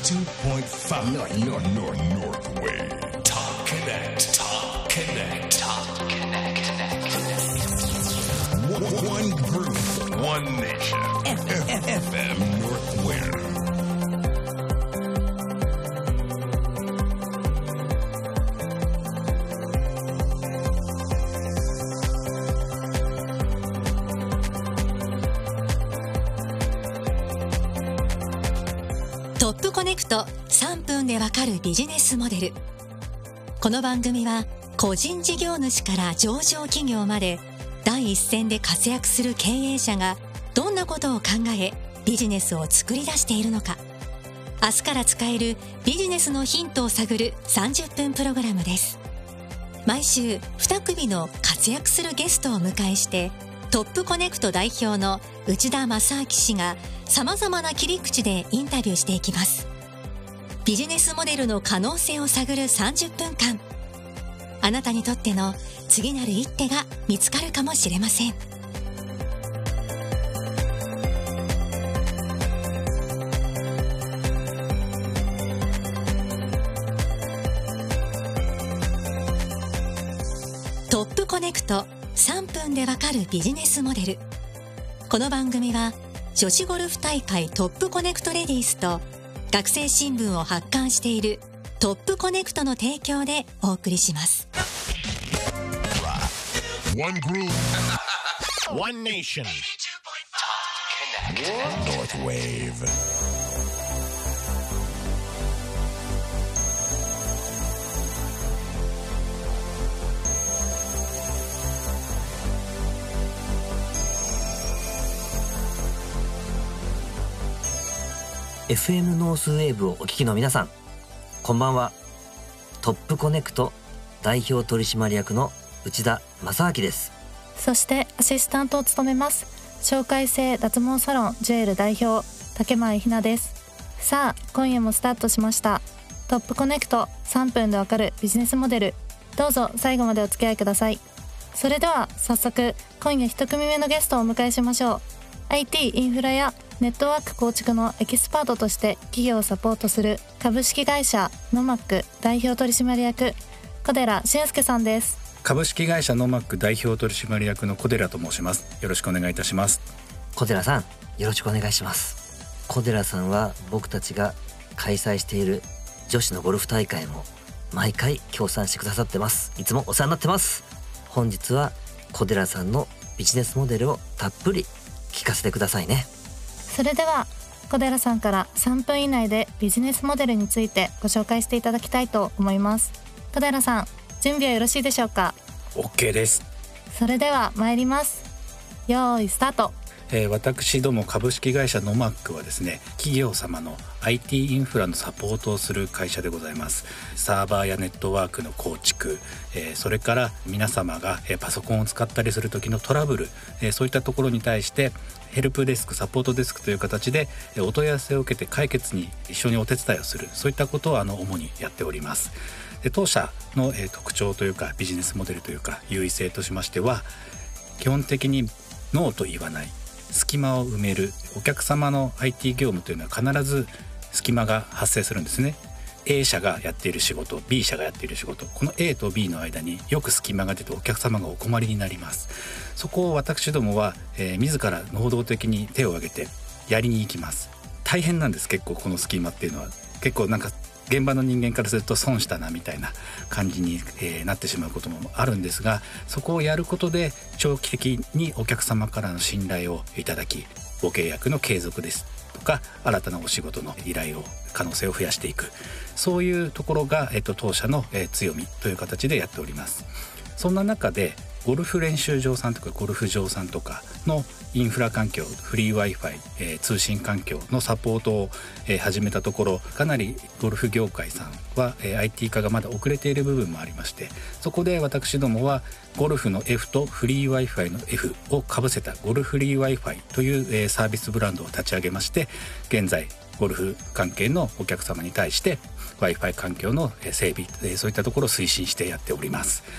92.5 Northway Top Connect One group One nation FM Northway トップコネクト3分でわかるビジネスモデル。この番組は個人事業主から上場企業まで第一線で活躍する経営者がどんなことを考えビジネスを作り出しているのか、明日から使えるビジネスのヒントを探る30分プログラムです。毎週2組の活躍するゲストを迎えしてトップコネクト代表の内田正明氏が様々な切り口でインタビューしていきます。ビジネスモデルの可能性を探る30分間。あなたにとっての次なる一手が見つかるかもしれません。トップコネクト3分でわかるビジネスモデル。この番組は女子ゴルフ大会トップコネクトレディースと学生新聞を発刊しているトップコネクトの提供でお送りします。 One group One nation Northwave FM ノースウェーブをお聞きの皆さん、こんばんは。トップコネクト代表取締役の内田正明です。 そしてアシスタントを務めます紹介制脱毛サロンジュエル代表竹前ひなです。さあ今夜もスタートしました。トップコネクト3分でわかるビジネスモデル、どうぞ最後までお付き合いください。それでは早速今夜1組目のゲストをお迎えしましょう。 IT インフラやネットワーク構築のエキスパートとして企業をサポートする株式会社ノマック代表取締役小寺俊介さんです。 株式会社ノマック代表取締役の小寺と申します。よろしくお願いいたします。 小寺さん、よろしくお願いします。小寺さんは僕たちが開催している女子のゴルフ大会も毎回協賛してくださってます。いつもお世話になってます。本日は小寺さんのビジネスモデルをたっぷり聞かせてくださいね。 それでは小寺さんから3分以内でビジネスモデルについてご紹介していただきたいと思います。小寺さん、準備はよろしいでしょうか？ OK です。 それでは参ります。よーいスタート。 私ども株式会社ノマックはですね、企業様の IT インフラのサポートをする会社でございます。サーバーやネットワークの構築、それから皆様がパソコンを使ったりする時のトラブル、そういったところに対してヘルプデスク、サポートデスクという形でお問い合わせを受けて解決に一緒にお手伝いをする、そういったことを主にやっております。で、当社の特徴というかビジネスモデルというか優位性としましては、基本的にノーと言わない、隙間を埋める。お客様の IT 業務というのは必ず隙間が発生するんですね。 A 社がやっている仕事、 B 社がやっている仕事、この A と B の間によく隙間が出てお客様がお困りになります。そこを私どもは、自ら能動的に手を挙げてやりに行きます。大変なんです。結構この隙間っていうのは結構なんか現場の人間からすると損したなみたいな感じに、なってしまうこともあるんですが、そこをやることで長期的にお客様からの信頼をいただき、ご契約の継続ですとか新たなお仕事の依頼を可能性を増やしていく、そういうところが、当社の、強みという形でやっております。そんな中でゴルフ練習場さんとかゴルフ場さんとかのインフラ環境、フリー Wi-Fi、通信環境のサポートを、始めたところ、かなりゴルフ業界さんは、IT 化がまだ遅れている部分もありまして、そこで私どもはゴルフの F とフリー Wi-Fi の F をかぶせたゴルフリー Wi-Fi という、サービスブランドを立ち上げまして、現在ゴルフ関係のお客様に対して Wi-Fi 環境の整備、そういったところを推進してやっております。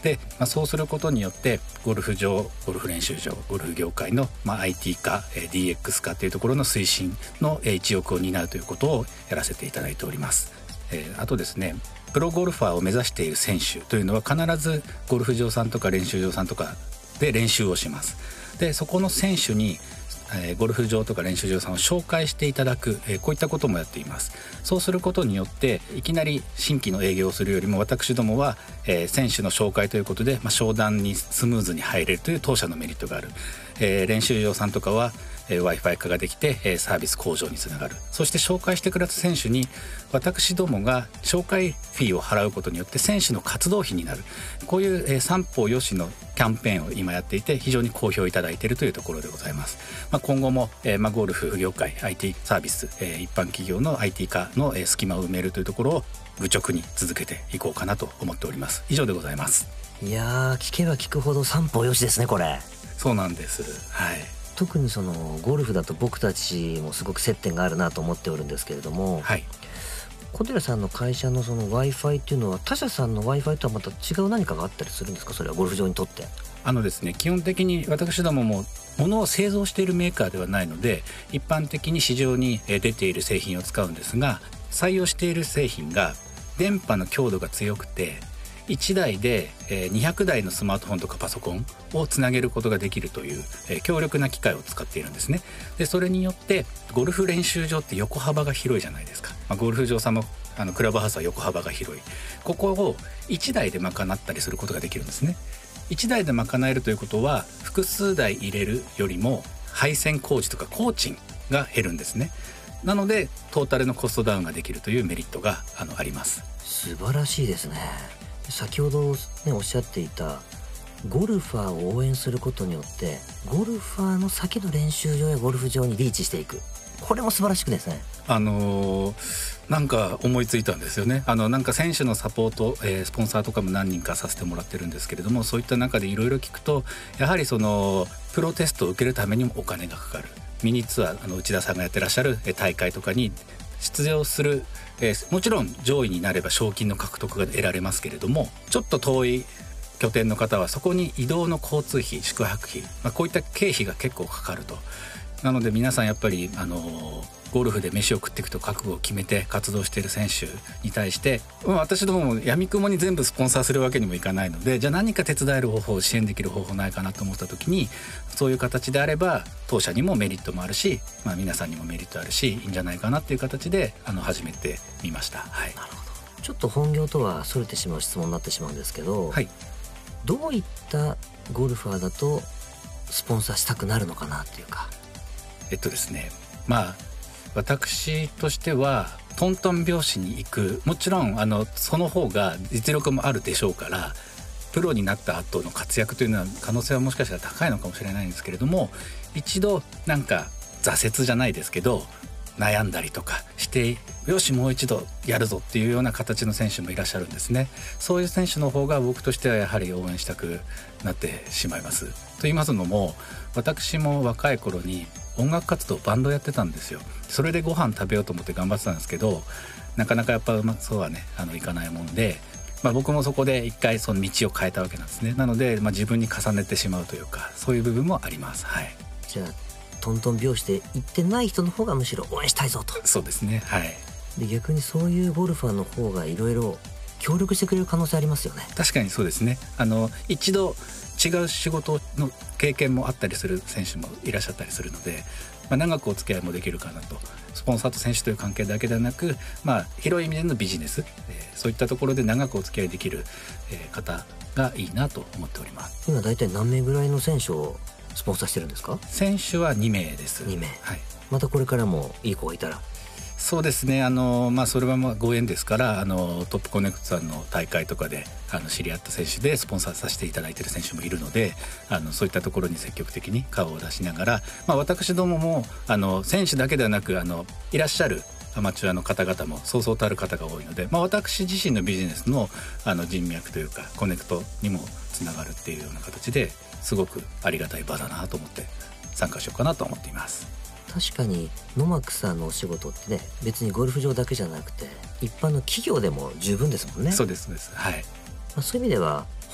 で、そうすることによってゴルフ場、ゴルフ練習場、ゴルフ業界の、IT 化、DX 化というところの推進の一翼を担うということをやらせていただいております。あとですね、プロゴルファーを目指している選手というのは必ずゴルフ場さんとか練習場さんとかで練習をします。でそこの選手にゴルフ場とか練習場さんを紹介していただく、こういったこともやっています。そうすることによっていきなり新規の営業をするよりも、私どもは、選手の紹介ということで、商談にスムーズに入れるという当社のメリットがある。練習場さんとかはWi-Fi 化ができてサービス向上につながる。そして紹介してくれた選手に私どもが紹介フィーを払うことによって選手の活動費になる。こういう三方よしのキャンペーンを今やっていて、非常に好評いただいているというところでございます。今後もゴルフ業界 IT サービス、一般企業の IT 化の隙間を埋めるというところを愚直に続けていこうかなと思っております。以上でございます。 いやー、聞けば聞くほど三方よしですね、これ。 そうなんです。はい。 特にそのゴルフだと僕たちもすごく接点があるなと思っておるんですけれども、 はい、 小寺さんの会社のその Wi-Fi っていうのは他社さんの Wi-Fi とはまた違う何かがあったりするんですか？それはゴルフ場にとって。 ですね、基本的に私どもも物を製造しているメーカーではないので、一般的に市場に出ている製品を使うんですが、採用している製品が電波の強度が強くて1台で200台のスマートフォンとかパソコンをつなげることができるという強力な機械を使っているんですね。でそれによってゴルフ練習場って横幅が広いじゃないですか。ゴルフ場さんもクラブハウスは横幅が広い。ここを1台で賄ったりすることができるんですね。1台で賄えるということは複数台入れるよりも配線工事とか工賃が減るんですね。なのでトータルのコストダウンができるというメリットがあります。 素晴らしいですね。先ほど、おっしゃっていたゴルファーを応援することによってゴルファーの先の練習場やゴルフ場にリーチしていく、これも素晴らしくですね。 なんか思いついたんですよね。なんか選手のサポート、スポンサーとかも何人かさせてもらってるんですけれども、そういった中でいろいろ聞くと、やはりそのプロテストを受けるためにもお金がかかる。ミニツアー、内田さんがやってらっしゃる大会とかに出場する、もちろん上位になれば賞金の獲得が得られますけれども、ちょっと遠い拠点の方はそこに移動の交通費、宿泊費、こういった経費が結構かかると。なので皆さんやっぱりゴルフで飯を食っていくと覚悟を決めて活動している選手に対して、私どもも闇雲に全部スポンサーするわけにもいかないので、じゃあ何か手伝える方法、支援できる方法ないかなと思った時に、そういう形であれば当社にもメリットもあるし、皆さんにもメリットあるし、いいんじゃないかなっていう形で始めてみました。はい、 なるほど。ちょっと本業とは逸れてしまう質問になってしまうんですけど、 はい、 どういったゴルファーだとスポンサーしたくなるのかなっていうか。 ですね、私としてはトントン拍子に行く、もちろんその方が実力もあるでしょうから、プロになった後の活躍というのは可能性はもしかしたら高いのかもしれないんですけれども、一度なんか挫折じゃないですけど悩んだりとかして、よしもう一度やるぞっていうような形の選手もいらっしゃるんですね。そういう選手の方が僕としてはやはり応援したくなってしまいます。と言いますのも、私も若い頃に音楽活動、バンドやってたんですよ。それでご飯食べようと思って頑張ってたんですけど、なかなかやっぱそうはねいかないもんで、僕もそこで一回その道を変えたわけなんですね。なので、自分に重ねてしまうというか、そういう部分もあります。はい。 じゃあトントン拍子で行ってない人の方がむしろ応援したいぞと。 そうですね。はい。 で逆にそういうゴルファーの方がいろいろ協力してくれる可能性ありますよね。 確かにそうですね。一度違う仕事の経験もあったりする選手もいらっしゃったりするので、長くお付き合いもできるかなと。スポンサーと選手という関係だけではなく、広い意味でのビジネス、そういったところで長くお付き合いできる、方がいいなと思っております。 今大体何名ぐらいの選手をスポンサーしてるんですか？ 選手は2名です。 2名、 はい。 またこれからもいい子がいたら。 そうですね。それはご縁ですから、トップコネクトさんの大会とかで知り合った選手でスポンサーさせていただいている選手もいるので、そういったところに積極的に顔を出しながら、私どもも選手だけではなくいらっしゃるアマチュアの方々もそうそうたる方が多いので、私自身のビジネスの人脈というかコネクトにもつながるっていうような形ですごくありがたい場だなと思って参加しようかなと思っています。 確かに野幕さんのお仕事ってね、別にゴルフ場だけじゃなくて一般の企業でも十分ですもんね。 そうですそうです。はい。 そういう意味では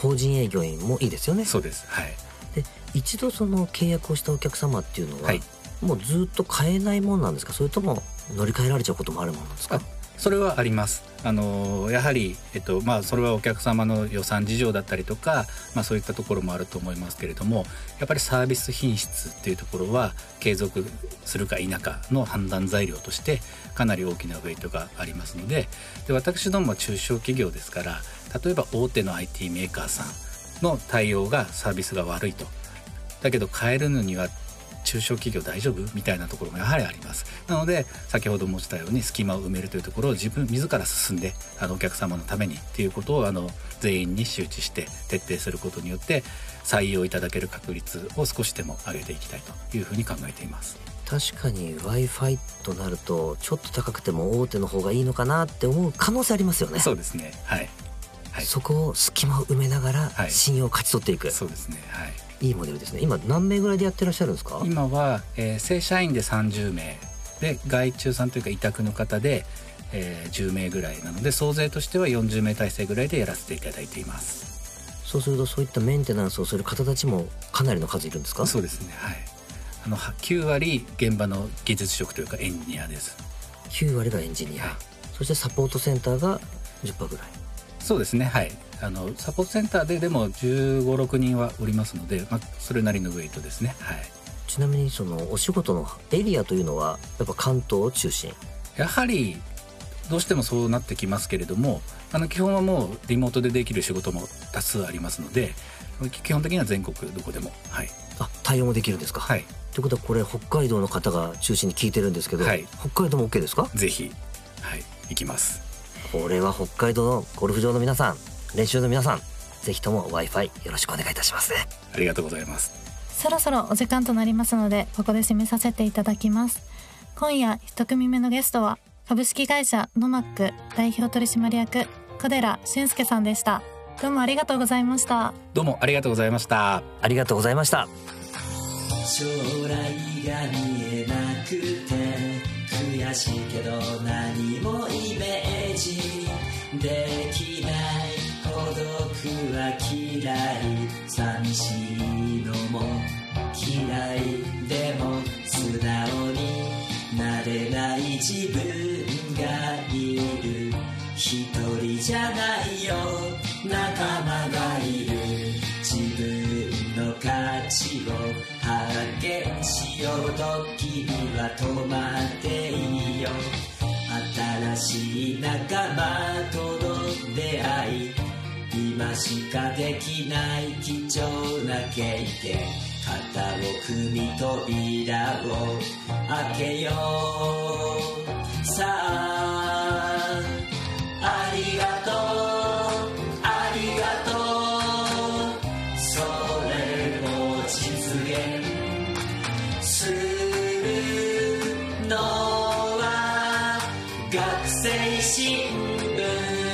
法人営業員もいいですよね。 そうです。はい。 で一度その契約をしたお客様っていうのは、 はい、 もうずっと買えないもんなんですか、それとも乗り換えられちゃうこともあるもんなんですか？ それはあります。やはり、それはお客様の予算事情だったりとか、そういったところもあると思いますけれども、やっぱりサービス品質っていうところは継続するか否かの判断材料としてかなり大きなウェイトがありますので、私どもは中小企業ですから、例えば大手の IT メーカーさんの対応がサービスが悪いと、だけど変えるのには中小企業大丈夫みたいなところもやはりあります。なので先ほど申したように隙間を埋めるというところを自ら進んでお客様のためにっていうことを全員に周知して徹底することによって採用いただける確率を少しでも上げていきたいというふうに考えています。 確かに Wi-Fi となるとちょっと高くても大手の方がいいのかなって思う可能性ありますよね。 そうですね。はい、はい、 そこを隙間を埋めながら信用を勝ち取っていく、 そうですね。はい、 いいモデルですね。今何名ぐらいでやってらっしゃるんですか？ 今は、正社員で30名で外注さんというか委託の方で、10名ぐらいなので総勢としては40名体制ぐらいでやらせていただいています。 そうするとそういったメンテナンスをする方たちもかなりの数いるんですか？ そうですね。はい。9割現場の技術職というかエンジニアです。 9割がエンジニア、はい、そしてサポートセンターが 10% ぐらい。 そうですね。はい。サポートセンターでも15、6人はおりますので、それなりのウェイトですね。はい。 ちなみにそのお仕事のエリアというのはやっぱ関東を中心？ やはりどうしてもそうなってきますけれども、基本はもうリモートでできる仕事も多数ありますので、基本的には全国どこでも、はい、 対応もできるんですか？はい。ということはこれ北海道の方が中心に聞いてるんですけど、はい、北海道も OK ですか？ ぜひ、はい、行きます。 これは北海道のゴルフ場の皆さん、練習の皆さん、ぜひとも Wi-Fi よろしくお願いいたしますね。 ありがとうございます。 そろそろお時間となりますので、ここで締めさせていただきます。今夜一組目のゲストは株式会社ノマック代表取締役小寺俊介さんでした。どうもありがとうございました。 どうもありがとうございました。 ありがとうございました。 将来が見えなくて悔しいけど何もイメージできない、孤独は嫌い、寂しいのも嫌い、でも素直になれない自分がいる、一人じゃないよ仲間がいる、自分の価値を発見しようと君は止まっていいよ、新しい仲間との出会い、今しかできない貴重な経験、肩を組み扉を開けよう、さあありがとうありがとう、それを実現するのは学生新聞。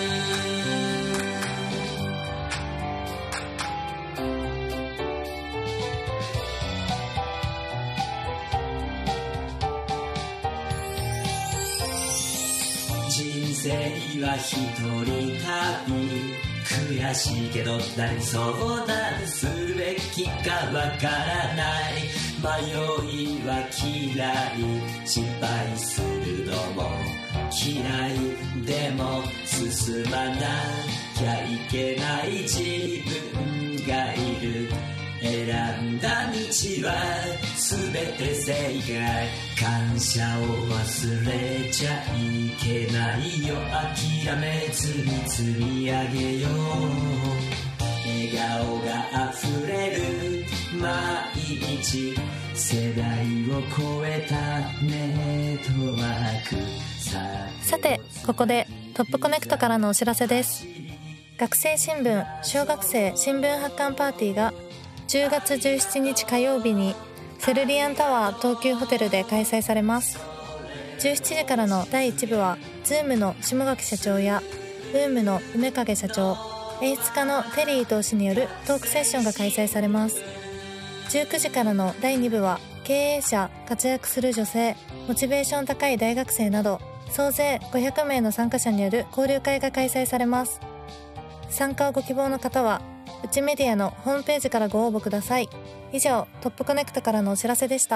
人生は一人旅、悔しいけど何相談するべきかわからない、迷いは嫌い、失敗するのも嫌い、でも進まなきゃいけない自分がいる、選んだ道は全て正解、感謝を忘れちゃいけないよ、諦めずに積み上げよう、笑顔が溢れる毎日、世代を超えたネットワーク。 さてここでトップコネクトからのお知らせです。学生新聞小学生新聞発刊パーティーが10月17日火曜日にセルリアンタワー東急ホテルで開催されます。17時からの第1部は Zoom の下垣社長や Boom の梅影社長、演出家のテリー投手によるトークセッションが開催されます。19時からの第2部は経営者、活躍する女性、モチベーション高い大学生など総勢500名の参加者による交流会が開催されます。参加をご希望の方はうちメディアのホームページからご応募ください。以上、トップコネクトからのお知らせでした。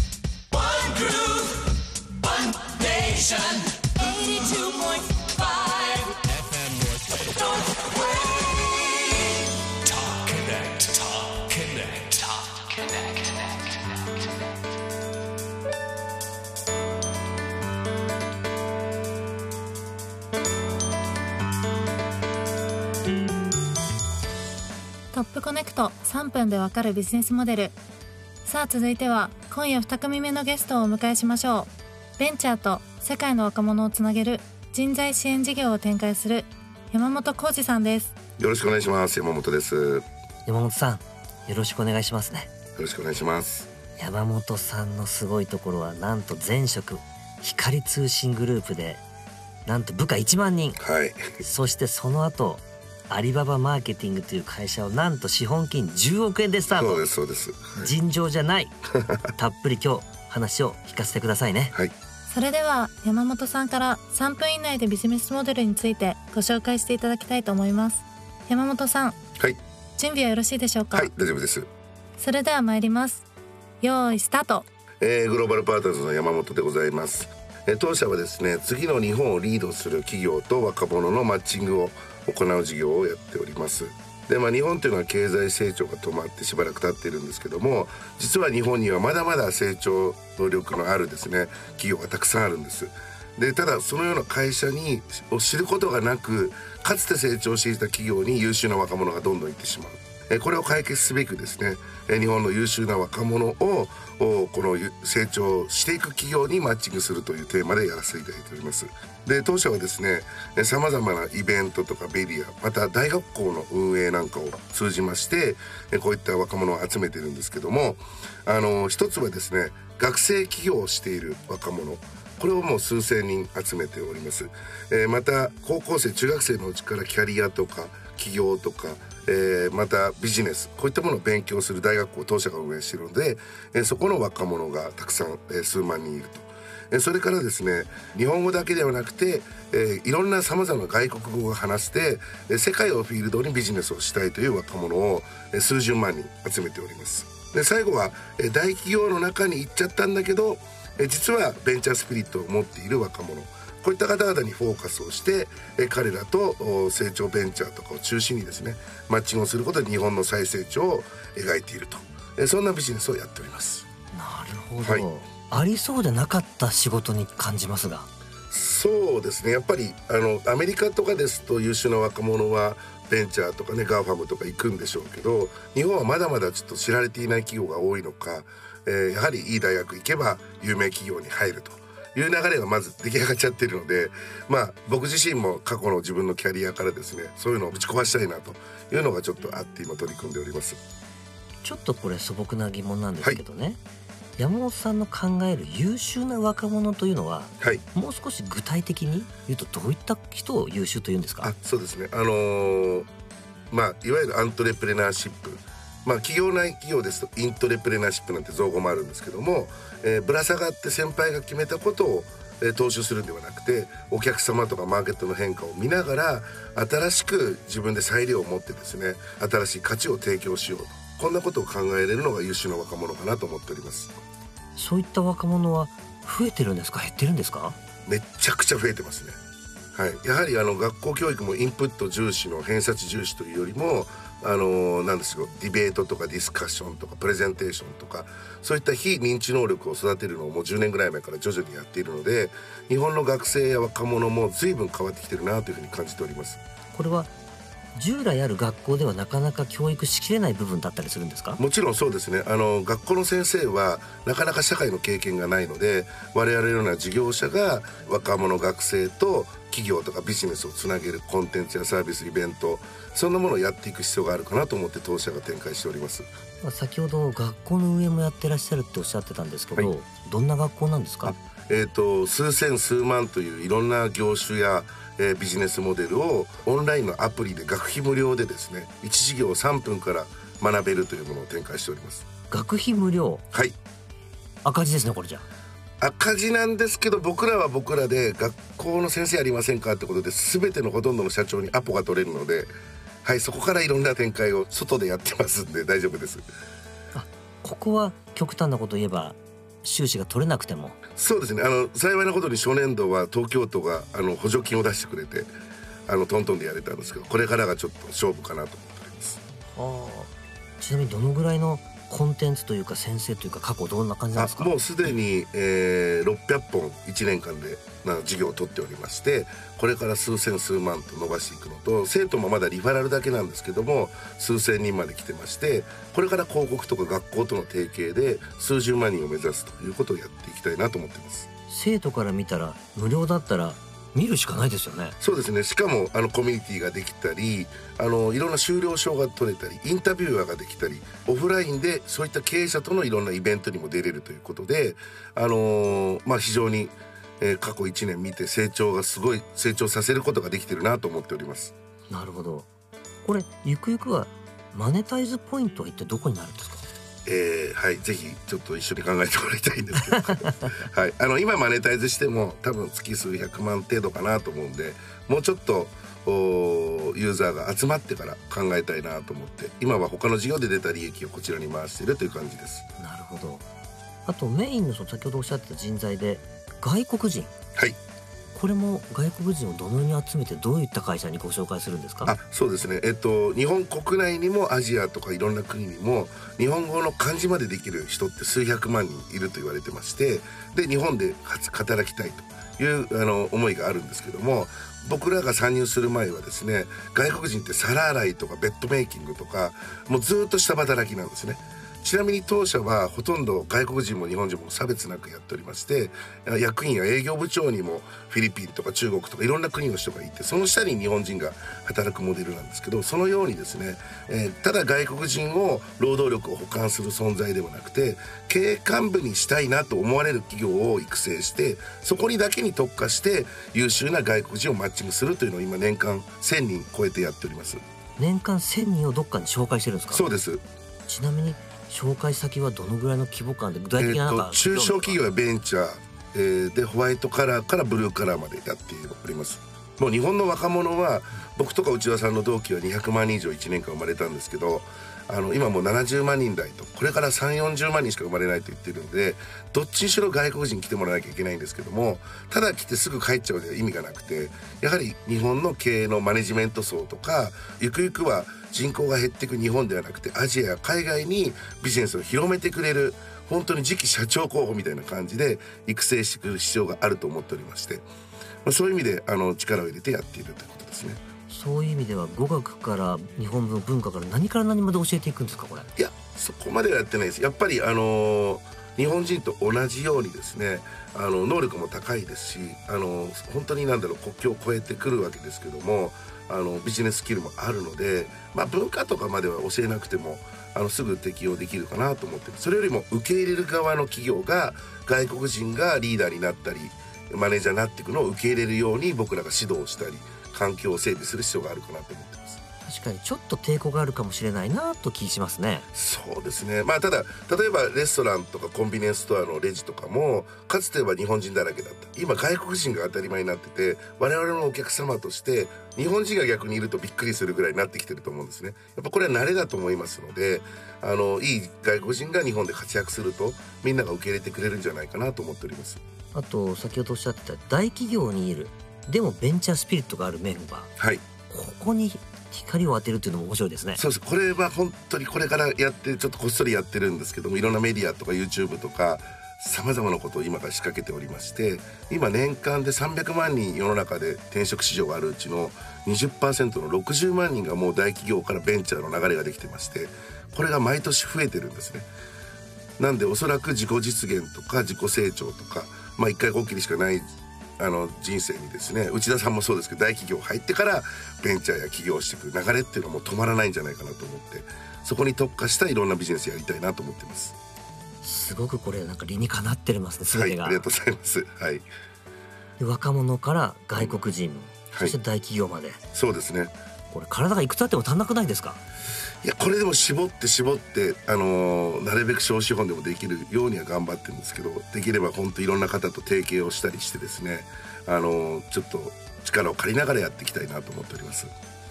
トップコネクト3分でわかるビジネスモデル。さあ続いては今夜2組目のゲストをお迎えしましょう。ベンチャーと世界の若者をつなげる人材支援事業を展開する山本浩二さんです。 よろしくお願いします。山本です。 山本さん、よろしくお願いしますね。 よろしくお願いします。 山本さんのすごいところは、なんと前職光通信グループでなんと部下1万人、 はい、 そしてその後アリババマーケティングという会社をなんと資本金10億円でスタート。 そうですそうです、 はい、尋常じゃないたっぷり今日話を聞かせてくださいね。 はい、 それでは山本さんから3分以内でビジネスモデルについてご紹介していただきたいと思います。山本さん、 はい、 準備はよろしいでしょうか。 はい、大丈夫です。 それでは参ります。用意スタート。 グローバルパートナーズの山本でございます。当社はですね、次の日本をリードする企業と若者のマッチングを行う事業をやっております。で、日本というのは経済成長が止まってしばらく経っているんですけども、実は日本にはまだまだ成長能力のあるですね、企業がたくさんあるんです。で、ただそのような会社を知ることがなく、かつて成長していた企業に優秀な若者がどんどん行ってしまう。これを解決すべくですね、日本の優秀な若者をこの成長していく企業にマッチングするというテーマでやらせていただいております。で、当社はですね、さまざまなイベントとかメディア、また大学校の運営なんかを通じまして、こういった若者を集めているんですけども、一つはですね、学生起業をしている若者、これをもう数千人集めております。また高校生中学生のうちからキャリアとか起業とか、またビジネス、こういったものを勉強する大学校を当社が運営しているので、そこの若者がたくさん、数万人いると。それからですね、日本語だけではなくて、いろんなさまざまな外国語が話して、世界をフィールドにビジネスをしたいという若者を、数十万人集めております。で、最後は、大企業の中に行っちゃったんだけど、実はベンチャースピリットを持っている若者、こういった方々にフォーカスをして、彼らと成長ベンチャーとかを中心にですね、マッチングをすることで日本の再成長を描いていると、そんなビジネスをやっております。 なるほど、はい、ありそうでなかった仕事に感じますが。 そうですね、やっぱりアメリカとかですと優秀な若者はベンチャーとかね、ガーファムとか行くんでしょうけど、日本はまだまだちょっと知られていない企業が多いのか、やはりいい大学行けば有名企業に入るという流れがまず出来上がっちゃっているので、僕自身も過去の自分のキャリアからですね、そういうのをぶち壊したいなというのがちょっとあって今取り組んでおります。 ちょっとこれ素朴な疑問なんですけどね、はい、山本さんの考える優秀な若者というのは、はい、もう少し具体的に言うとどういった人を優秀というんですか。 そうですね、いわゆるアントレプレナーシップ、企業内企業ですとイントレプレナーシップなんて造語もあるんですけども、ぶら下がって先輩が決めたことを、踏襲するんではなくて、お客様とかマーケットの変化を見ながら新しく自分で裁量を持ってですね、新しい価値を提供しようと、こんなことを考えれるのが優秀な若者かなと思っております。 そういった若者は増えてるんですか、減ってるんですか。 めちゃくちゃ増えてますね。はい、やはり学校教育もインプット重視の偏差値重視というよりも、なんですよ、ディベートとかディスカッションとかプレゼンテーションとか、そういった非認知能力を育てるのをもう10年ぐらい前から徐々にやっているので、日本の学生や若者も随分変わってきてるなというふうに感じております。 これは従来ある学校ではなかなか教育しきれない部分だったりするんですか。 もちろんそうですね。学校の先生はなかなか社会の経験がないので、我々のような事業者が若者学生と企業とかビジネスをつなげるコンテンツやサービス、イベント、そんなものをやっていく必要があるかなと思って当社が展開しております。 先ほど学校の運営もやってらっしゃるっておっしゃってたんですけど、はい、どんな学校なんですか。 数千数万といういろんな業種やビジネスモデルをオンラインのアプリで学費無料でですね、1授業3分から学べるというものを展開しております。 学費無料。 はい。 赤字ですね、これじゃ。 赤字なんですけど、僕らは僕らで学校の先生ありませんかってことで、全てのほとんどの社長にアポが取れるので、 はい、そこからいろんな展開を外でやってますんで大丈夫です。 ここは極端なことを言えば収支が取れなくても。 そうですね、幸いなことに初年度は東京都が補助金を出してくれてトントンでやれたんですけど、これからがちょっと勝負かなと思っております。 ちなみにどのぐらいのコンテンツというか先生というか過去どんな感じなんですか？ もうすでに、600本1年間で授業を取っておりまして、これから数千数万と伸ばしていくのと、生徒もまだリファラルだけなんですけども数千人まで来てまして、これから広告とか学校との提携で数十万人を目指すということをやっていきたいなと思っています。 生徒から見たら無料だったら見るしかないですよね。 そうですね。しかもコミュニティができたり、いろんな修了証が取れたり、インタビュアーができたり、オフラインでそういった経営者とのいろんなイベントにも出れるということで、非常に、過去1年見て成長させることができてるなと思っております。なるほど。これゆくゆくはマネタイズポイントは一体どこになるんですか？ はい、ぜひちょっと一緒に考えてもらいたいんですけど、はい、今マネタイズしても多分月数百万程度かなと思うんで、もうちょっとユーザーが集まってから考えたいなと思って、今は他の事業で出た利益をこちらに回しているという感じです。 なるほど。あとメインの先ほどおっしゃってた人材で外国人、 はい、 これも外国人をどのように集めてどういった会社にご紹介するんですか？ そうですね、日本国内にもアジアとかいろんな国にも日本語の漢字までできる人って数百万人いると言われてまして、で日本で働きたいという思いがあるんですけども、僕らが参入する前はですね、外国人って皿洗いとかベッドメイキングとかもうずっと下働きなんですね。ちなみに当社はほとんど外国人も日本人も差別なくやっておりまして、役員や営業部長にもフィリピンとか中国とかいろんな国の人がいて、その下に日本人が働くモデルなんですけど、そのようにですね、ただ外国人を労働力を補完する存在ではなくて、経営幹部にしたいなと思われる企業を育成して、そこにだけに特化して優秀な外国人をマッチングするというのを今年間1000人超えてやっております。 年間1000人をどっかに紹介してるんですか？ そうです。 ちなみに紹介先はどのぐらいの規模感で、具体的な中小企業やベンチャー、でホワイトカラーからブルーカラーまでやっております。もう日本の若者は、僕とか内田さんの同期は200万人以上1年間生まれたんですけど、今もう70万人台と、これから3、40万人しか生まれないと言ってるので、どっちにしろ外国人来てもらわなきゃいけないんですけども、ただ来てすぐ帰っちゃうでは意味がなくて、やはり日本の経営のマネジメント層とか、ゆくゆくは人口が減っていく日本ではなくてアジアや海外にビジネスを広めてくれる、本当に次期社長候補みたいな感じで育成してくる必要があると思っておりまして、そういう意味で力を入れてやっているということですね。 そういう意味では語学から日本の文化から何から何まで教えていくんですか？これいや、そこまではやってないです。やっぱり日本人と同じようにですね、能力も高いですし、本当に国境を越えてくるわけですけども、ビジネススキルもあるので、文化とかまでは教えなくてもすぐ適用できるかなと思ってる。それよりも受け入れる側の企業が外国人がリーダーになったりマネージャーになっていくのを受け入れるように僕らが指導したり環境を整備する必要があるかなと思ってます。 確かにちょっと抵抗があるかもしれないなと気しますね。 そうですね。ただ例えばレストランとかコンビニエンスストアのレジとかもかつては日本人だらけだった。今外国人が当たり前になってて、我々のお客様として日本人が逆にいるとびっくりするぐらいになってきてると思うんですね。やっぱこれは慣れだと思いますので、いい外国人が日本で活躍するとみんなが受け入れてくれるんじゃないかなと思っております。 あと先ほどおっしゃってた大企業にいるでもベンチャースピリットがあるメンバー、 はい、 ここに光を当てるっていうのも面白いですね。 そうです。これは本当にこれからやってちょっとこっそりやってるんですけども、いろんなメディアとか YouTube とかさまざまなことを今から仕掛けておりまして、今年間で300万人世の中で転職市場があるうちの 20% の60万人がもう大企業からベンチャーの流れができてまして、これが毎年増えてるんですね。なんでおそらく自己実現とか自己成長とか、一回こっきりしかない人生にですね、内田さんもそうですけど大企業入ってからベンチャーや起業していく流れっていうのはもう止まらないんじゃないかなと思って、そこに特化したいろんなビジネスやりたいなと思ってます。 すごくこれ理にかなってますね、全てが。 はい、ありがとうございます。はい。 で若者から外国人、そして大企業まで、 そうですね。 これ体がいくつあっても足んなくないですか？ いや、これでも絞ってなるべく小資本でもできるようには頑張ってるんですけど、できれば本当いろんな方と提携をしたりしてですね、ちょっと力を借りながらやっていきたいなと思っております。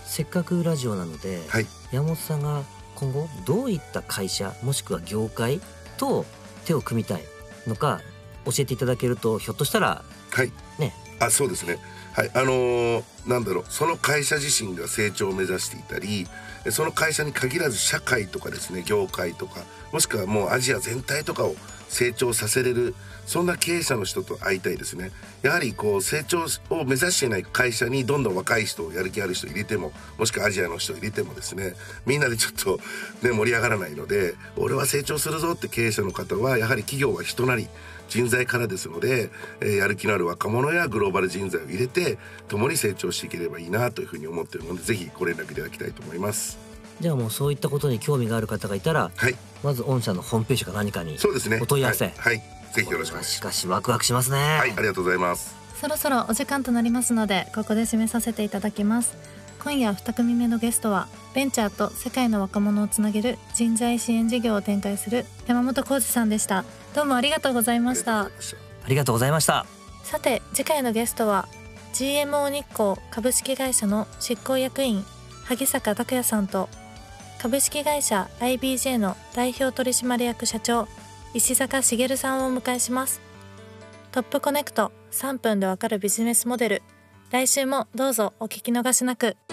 せっかくラジオなので、 はい、 山本さんが今後どういった会社もしくは業界と手を組みたいのか教えていただけると、ひょっとしたらはいね、 そうですね、はい、なんだろう、その会社自身が成長を目指していたり、その会社に限らず社会とかですね、業界とか、もしくはもうアジア全体とかを成長させれる、そんな経営者の人と会いたいですね。やはりこう成長を目指していない会社にどんどん若い人を、やる気ある人入れても、もしくはアジアの人入れてもですね、みんなでちょっとね盛り上がらないので、俺は成長するぞって経営者の方は、やはり企業は人なり人材からですので、やる気のある若者やグローバル人材を入れて共に成長していければいいなというふうに思っているので、ぜひご連絡いただきたいと思います。 じゃあもうそういったことに興味がある方がいたら、 はい、 まず御社のホームページか何かにそうですね、 お問い合わせ、 はい、ぜひよろしくお願いします。 しかしワクワクしますね。 はい、ありがとうございます。 そろそろお時間となりますので、ここで締めさせていただきます。今夜2組目のゲストは、ベンチャーと世界の若者をつなげる人材支援事業を展開する山本浩二さんでした。どうもありがとうございました。 ありがとうございました。 さて次回のゲストは GMO 日光株式会社の執行役員萩坂拓也さんと、株式会社 IBJ の代表取締役社長石坂茂さんをお迎えします。トップコネクト3分でわかるビジネスモデル、来週もどうぞお聞き逃しなく。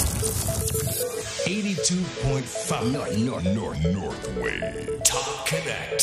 82.5 North Wave Top Connect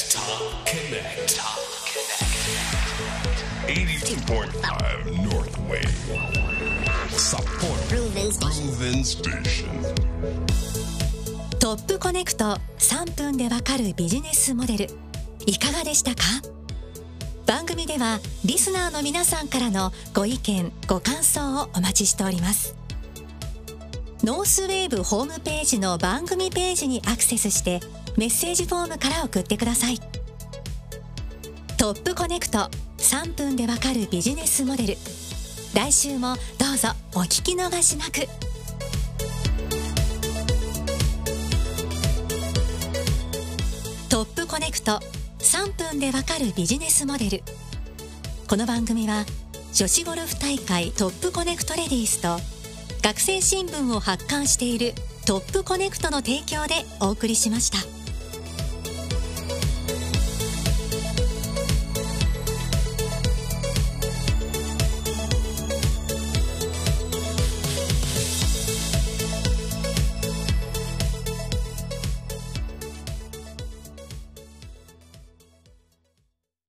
82.5 North Wave Support Proven Station。 トップコネクト3分でわかるビジネスモデル、いかがでしたか？番組ではリスナーの皆さんからのご意見ご感想をお待ちしております。ノースウェーブホームページの番組ページにアクセスしてメッセージフォームから送ってください。トップコネクト3分でわかるビジネスモデル、来週もどうぞお聞き逃しなく。トップコネクト3分でわかるビジネスモデル。この番組は女子ゴルフ大会トップコネクトレディースと学生新聞を発刊しているトップコネクトの提供でお送りしました。